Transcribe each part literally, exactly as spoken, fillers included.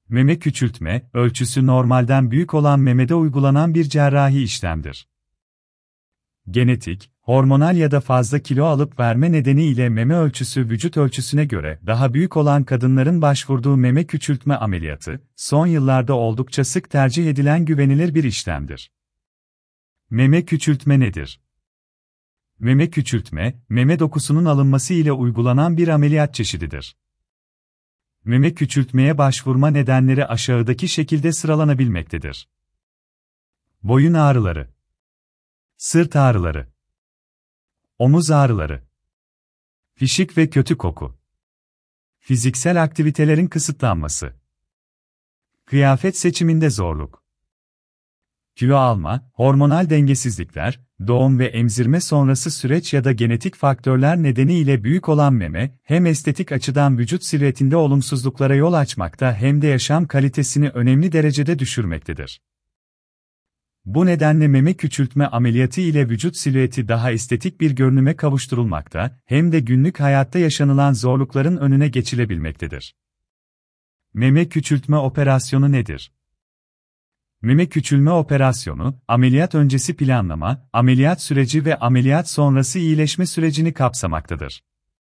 Meme küçültme, ölçüsü normalden büyük olan memede uygulanan bir cerrahi işlemdir. Genetik, hormonal ya da fazla kilo alıp verme nedeniyle meme ölçüsü vücut ölçüsüne göre daha büyük olan kadınların başvurduğu meme küçültme ameliyatı, son yıllarda oldukça sık tercih edilen güvenilir bir işlemdir. Meme küçültme nedir? Meme küçültme, meme dokusunun alınması ile uygulanan bir ameliyat çeşididir. Meme küçültmeye başvurma nedenleri aşağıdaki şekilde sıralanabilmektedir. Boyun ağrıları, sırt ağrıları, omuz ağrıları, pişik ve kötü koku, fiziksel aktivitelerin kısıtlanması, kıyafet seçiminde zorluk, kilo alma, hormonal dengesizlikler, doğum ve emzirme sonrası süreç ya da genetik faktörler nedeniyle büyük olan meme, hem estetik açıdan vücut silüetinde olumsuzluklara yol açmakta hem de yaşam kalitesini önemli derecede düşürmektedir. Bu nedenle meme küçültme ameliyatı ile vücut silüeti daha estetik bir görünüme kavuşturulmakta, hem de günlük hayatta yaşanılan zorlukların önüne geçilebilmektedir. Meme küçültme operasyonu nedir? Meme küçülme operasyonu, ameliyat öncesi planlama, ameliyat süreci ve ameliyat sonrası iyileşme sürecini kapsamaktadır.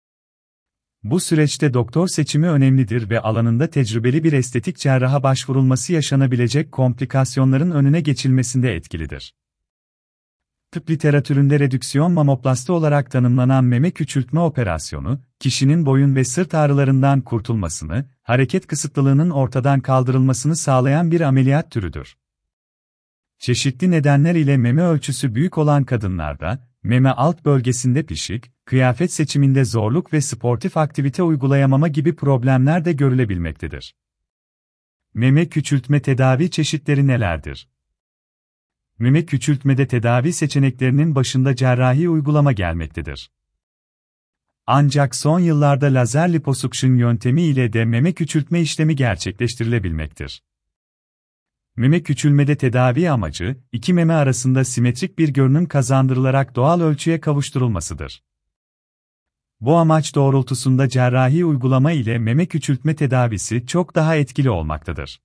Bu süreçte doktor seçimi önemlidir ve alanında tecrübeli bir estetik cerraha başvurulması yaşanabilecek komplikasyonların önüne geçilmesinde etkilidir. Tıp literatüründe redüksiyon mamoplasti olarak tanımlanan meme küçültme operasyonu, kişinin boyun ve sırt ağrılarından kurtulmasını, hareket kısıtlılığının ortadan kaldırılmasını sağlayan bir ameliyat türüdür. Çeşitli nedenler ile meme ölçüsü büyük olan kadınlarda, meme alt bölgesinde pişik, kıyafet seçiminde zorluk ve sportif aktivite uygulayamama gibi problemler de görülebilmektedir. Meme küçültme tedavi çeşitleri nelerdir? Meme küçültmede tedavi seçeneklerinin başında cerrahi uygulama gelmektedir. Ancak son yıllarda lazer liposuction yöntemi ile de meme küçültme işlemi gerçekleştirilebilmektir. Meme küçülmede tedavi amacı, iki meme arasında simetrik bir görünüm kazandırılarak doğal ölçüye kavuşturulmasıdır. Bu amaç doğrultusunda cerrahi uygulama ile meme küçültme tedavisi çok daha etkili olmaktadır.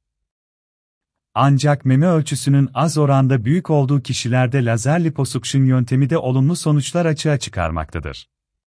Ancak meme ölçüsünün az oranda büyük olduğu kişilerde lazer liposuction yöntemi de olumlu sonuçlar açığa çıkarmaktadır.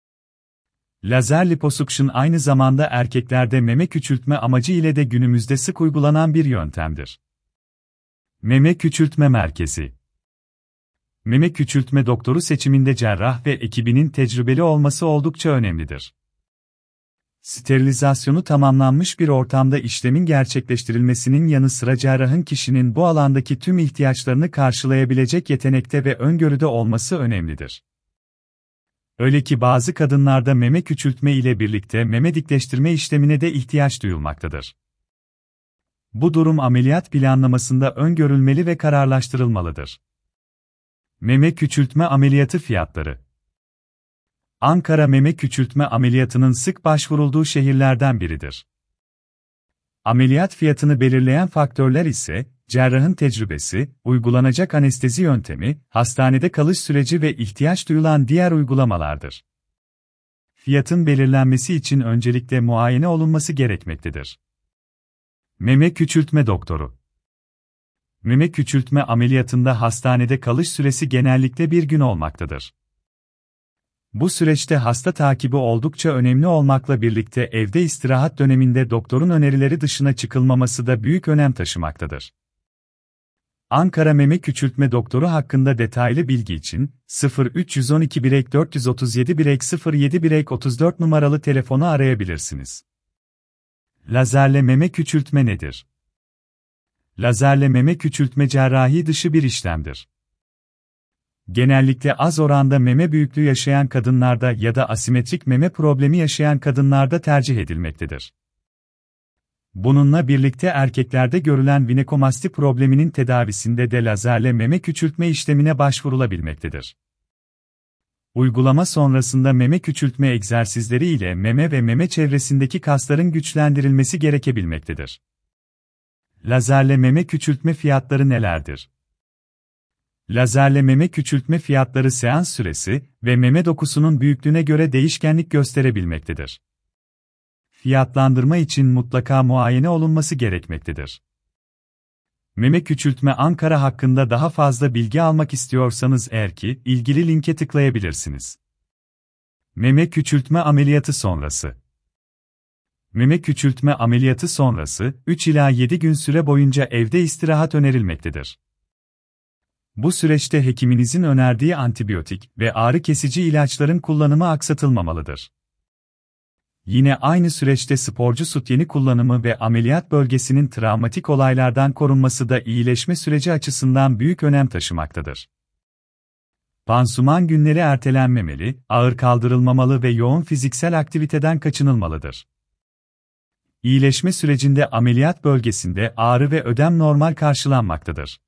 Lazer liposuction aynı zamanda erkeklerde meme küçültme amacı ile de günümüzde sık uygulanan bir yöntemdir. Meme küçültme merkezi. Meme küçültme doktoru seçiminde cerrah ve ekibinin tecrübeli olması oldukça önemlidir. Sterilizasyonu tamamlanmış bir ortamda işlemin gerçekleştirilmesinin yanı sıra cerrahın kişinin bu alandaki tüm ihtiyaçlarını karşılayabilecek yetenekte ve öngörüde olması önemlidir. Öyle ki bazı kadınlarda meme küçültme ile birlikte meme dikleştirme işlemine de ihtiyaç duyulmaktadır. Bu durum ameliyat planlamasında öngörülmeli ve kararlaştırılmalıdır. Meme küçültme ameliyatı fiyatları. Ankara meme küçültme ameliyatının sık başvurulduğu şehirlerden biridir. Ameliyat fiyatını belirleyen faktörler ise, cerrahın tecrübesi, uygulanacak anestezi yöntemi, hastanede kalış süreci ve ihtiyaç duyulan diğer uygulamalardır. Fiyatın belirlenmesi için öncelikle muayene olunması gerekmektedir. Meme küçültme doktoru. Meme küçültme ameliyatında hastanede kalış süresi genellikle bir gün olmaktadır. Bu süreçte hasta takibi oldukça önemli olmakla birlikte evde istirahat döneminde doktorun önerileri dışına çıkılmaması da büyük önem taşımaktadır. Ankara Meme Küçültme Doktoru hakkında detaylı bilgi için sıfır üç yüz on iki bir dört yüz otuz yedi bir sıfır yedi bir otuz dört numaralı telefonu arayabilirsiniz. Lazerle meme küçültme nedir? Lazerle meme küçültme cerrahi dışı bir işlemdir. Genellikle az oranda meme büyüklüğü yaşayan kadınlarda ya da asimetrik meme problemi yaşayan kadınlarda tercih edilmektedir. Bununla birlikte erkeklerde görülen vinekomasti probleminin tedavisinde de lazerle meme küçültme işlemine başvurulabilmektedir. Uygulama sonrasında meme küçültme egzersizleri ile meme ve meme çevresindeki kasların güçlendirilmesi gerekebilmektedir. Lazerle meme küçültme fiyatları nelerdir? Lazerle meme küçültme fiyatları seans süresi ve meme dokusunun büyüklüğüne göre değişkenlik gösterebilmektedir. Fiyatlandırma için mutlaka muayene olunması gerekmektedir. Meme küçültme Ankara hakkında daha fazla bilgi almak istiyorsanız eğer ki, ilgili linke tıklayabilirsiniz. Meme küçültme ameliyatı sonrası. Meme küçültme ameliyatı sonrası, üç ila yedi gün süre boyunca evde istirahat önerilmektedir. Bu süreçte hekiminizin önerdiği antibiyotik ve ağrı kesici ilaçların kullanımı aksatılmamalıdır. Yine aynı süreçte sporcu sütyeni kullanımı ve ameliyat bölgesinin travmatik olaylardan korunması da iyileşme süreci açısından büyük önem taşımaktadır. Pansuman günleri ertelenmemeli, ağır kaldırılmamalı ve yoğun fiziksel aktiviteden kaçınılmalıdır. İyileşme sürecinde ameliyat bölgesinde ağrı ve ödem normal karşılanmaktadır.